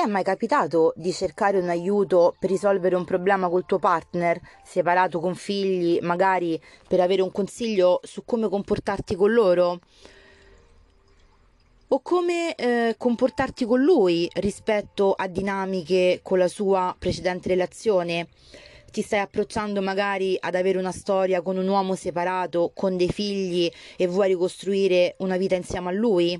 è mai capitato di cercare un aiuto per risolvere un problema col tuo partner, separato con figli, magari per avere un consiglio su come comportarti con loro? O come comportarti con lui rispetto a dinamiche con la sua precedente relazione? Ti stai approcciando magari ad avere una storia con un uomo separato, con dei figli e vuoi ricostruire una vita insieme a lui?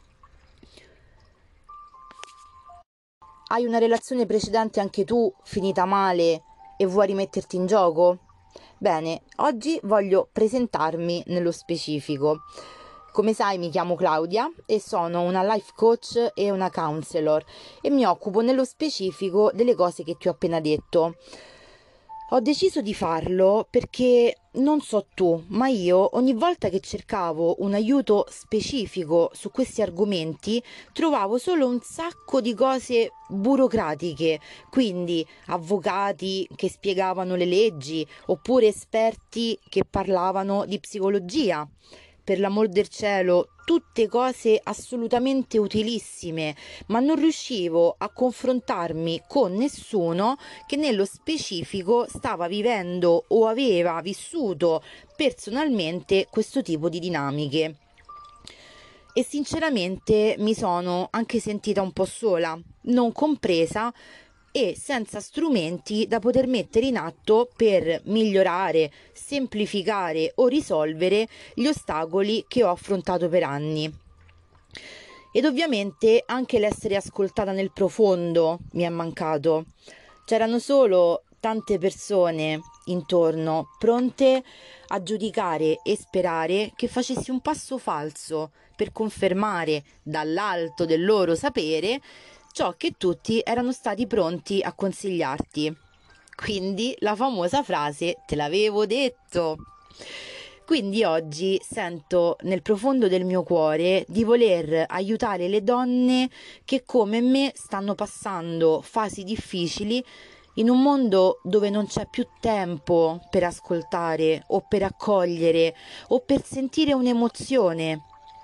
Hai una relazione precedente anche tu, finita male, e vuoi rimetterti in gioco? Bene, oggi voglio presentarmi nello specifico. Come sai, mi chiamo Claudia e sono una life coach e una counselor e mi occupo nello specifico delle cose che ti ho appena detto. Ho deciso di farlo perché non so tu, ma io ogni volta che cercavo un aiuto specifico su questi argomenti trovavo solo un sacco di cose burocratiche, quindi avvocati che spiegavano le leggi oppure esperti che parlavano di psicologia. Per l'amor del cielo, tutte cose assolutamente utilissime, ma non riuscivo a confrontarmi con nessuno che nello specifico stava vivendo o aveva vissuto personalmente questo tipo di dinamiche. E sinceramente mi sono anche sentita un po' sola, non compresa e senza strumenti da poter mettere in atto per migliorare, semplificare o risolvere gli ostacoli che ho affrontato per anni. Ed ovviamente anche l'essere ascoltata nel profondo mi è mancato. C'erano solo tante persone intorno pronte a giudicare e sperare che facessi un passo falso per confermare dall'alto del loro sapere ciò che tutti erano stati pronti a consigliarti. Quindi la famosa frase "te l'avevo detto". Quindi oggi sento nel profondo del mio cuore di voler aiutare le donne che come me stanno passando fasi difficili in un mondo dove non c'è più tempo per ascoltare o per accogliere o per sentire un'emozione.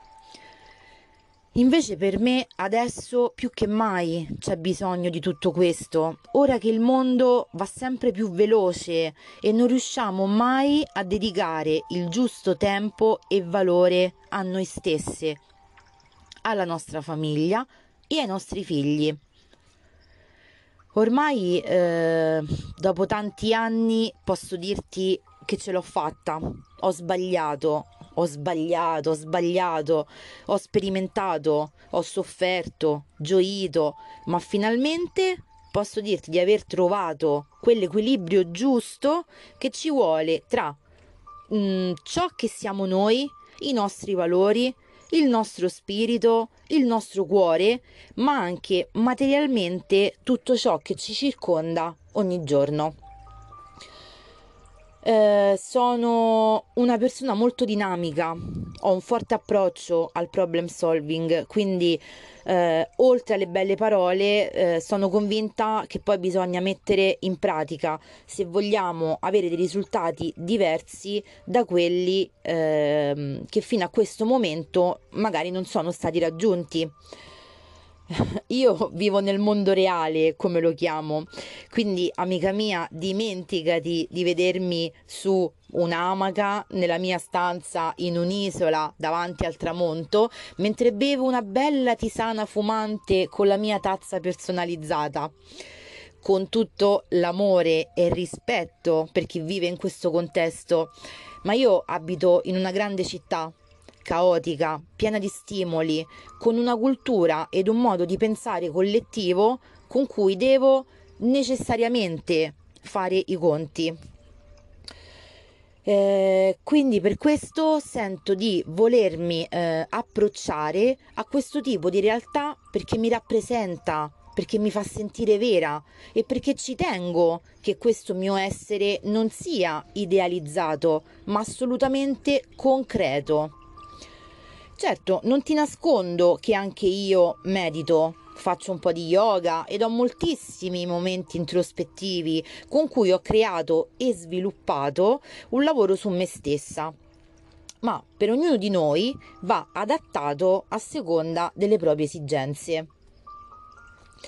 Invece per me adesso più che mai c'è bisogno di tutto questo, ora che il mondo va sempre più veloce e non riusciamo mai a dedicare il giusto tempo e valore a noi stesse, alla nostra famiglia e ai nostri figli. Ormai, dopo tanti anni, posso dirti che ce l'ho fatta. Ho sbagliato, ho sbagliato, ho sbagliato, ho sperimentato, ho sofferto, gioito, ma finalmente posso dirti di aver trovato quell'equilibrio giusto che ci vuole tra ciò che siamo noi, i nostri valori, il nostro spirito, il nostro cuore, ma anche materialmente tutto ciò che ci circonda ogni giorno. Sono una persona molto dinamica, ho un forte approccio al problem solving, quindi oltre alle belle parole sono convinta che poi bisogna mettere in pratica se vogliamo avere dei risultati diversi da quelli che fino a questo momento magari non sono stati raggiunti. Io vivo nel mondo reale, come lo chiamo, quindi amica mia, dimenticati di vedermi su un'amaca nella mia stanza in un'isola davanti al tramonto, mentre bevo una bella tisana fumante con la mia tazza personalizzata. Con tutto l'amore e il rispetto per chi vive in questo contesto, ma io abito in una grande città caotica, piena di stimoli, con una cultura ed un modo di pensare collettivo con cui devo necessariamente fare i conti. Quindi per questo sento di volermi approcciare a questo tipo di realtà perché mi rappresenta, perché mi fa sentire vera e perché ci tengo che questo mio essere non sia idealizzato, ma assolutamente concreto. Certo, non ti nascondo che anche io medito, faccio un po' di yoga ed ho moltissimi momenti introspettivi con cui ho creato e sviluppato un lavoro su me stessa. Ma per ognuno di noi va adattato a seconda delle proprie esigenze.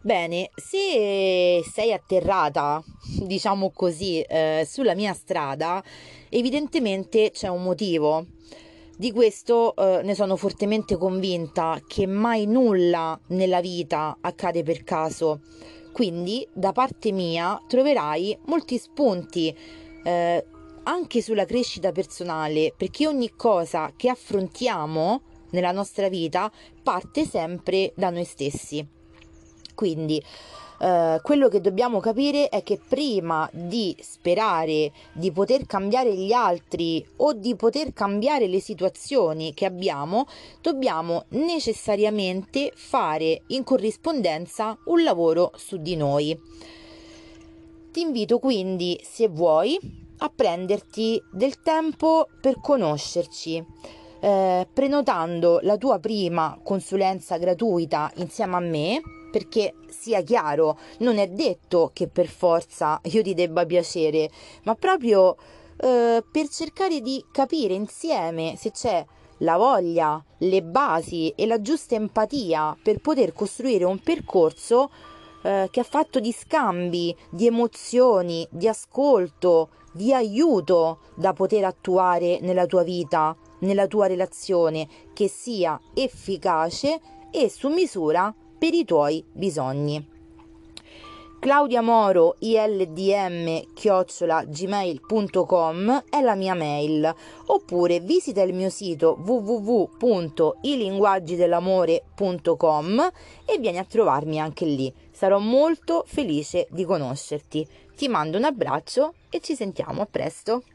Bene, se sei atterrata, diciamo così, sulla mia strada, evidentemente c'è un motivo. Di questo, ne sono fortemente convinta, che mai nulla nella vita accade per caso. Quindi, da parte mia, troverai molti spunti, eh, anche sulla crescita personale, perché ogni cosa che affrontiamo nella nostra vita parte sempre da noi stessi. Quindi quello che dobbiamo capire è che prima di sperare di poter cambiare gli altri o di poter cambiare le situazioni che abbiamo, dobbiamo necessariamente fare in corrispondenza un lavoro su di noi. Ti invito quindi, se vuoi, a prenderti del tempo per conoscerci, prenotando la tua prima consulenza gratuita insieme a me, perché sia chiaro, non è detto che per forza io ti debba piacere, ma proprio per cercare di capire insieme se c'è la voglia, le basi e la giusta empatia per poter costruire un percorso che è fatto di scambi, di emozioni, di ascolto, di aiuto da poter attuare nella tua vita, nella tua relazione, che sia efficace e su misura per i tuoi bisogni. Claudia Moro ildm@gmail.com è la mia mail, oppure visita il mio sito www.ilinguaggidelamore.com e vieni a trovarmi anche lì. Sarò molto felice di conoscerti. Ti mando un abbraccio e ci sentiamo a presto.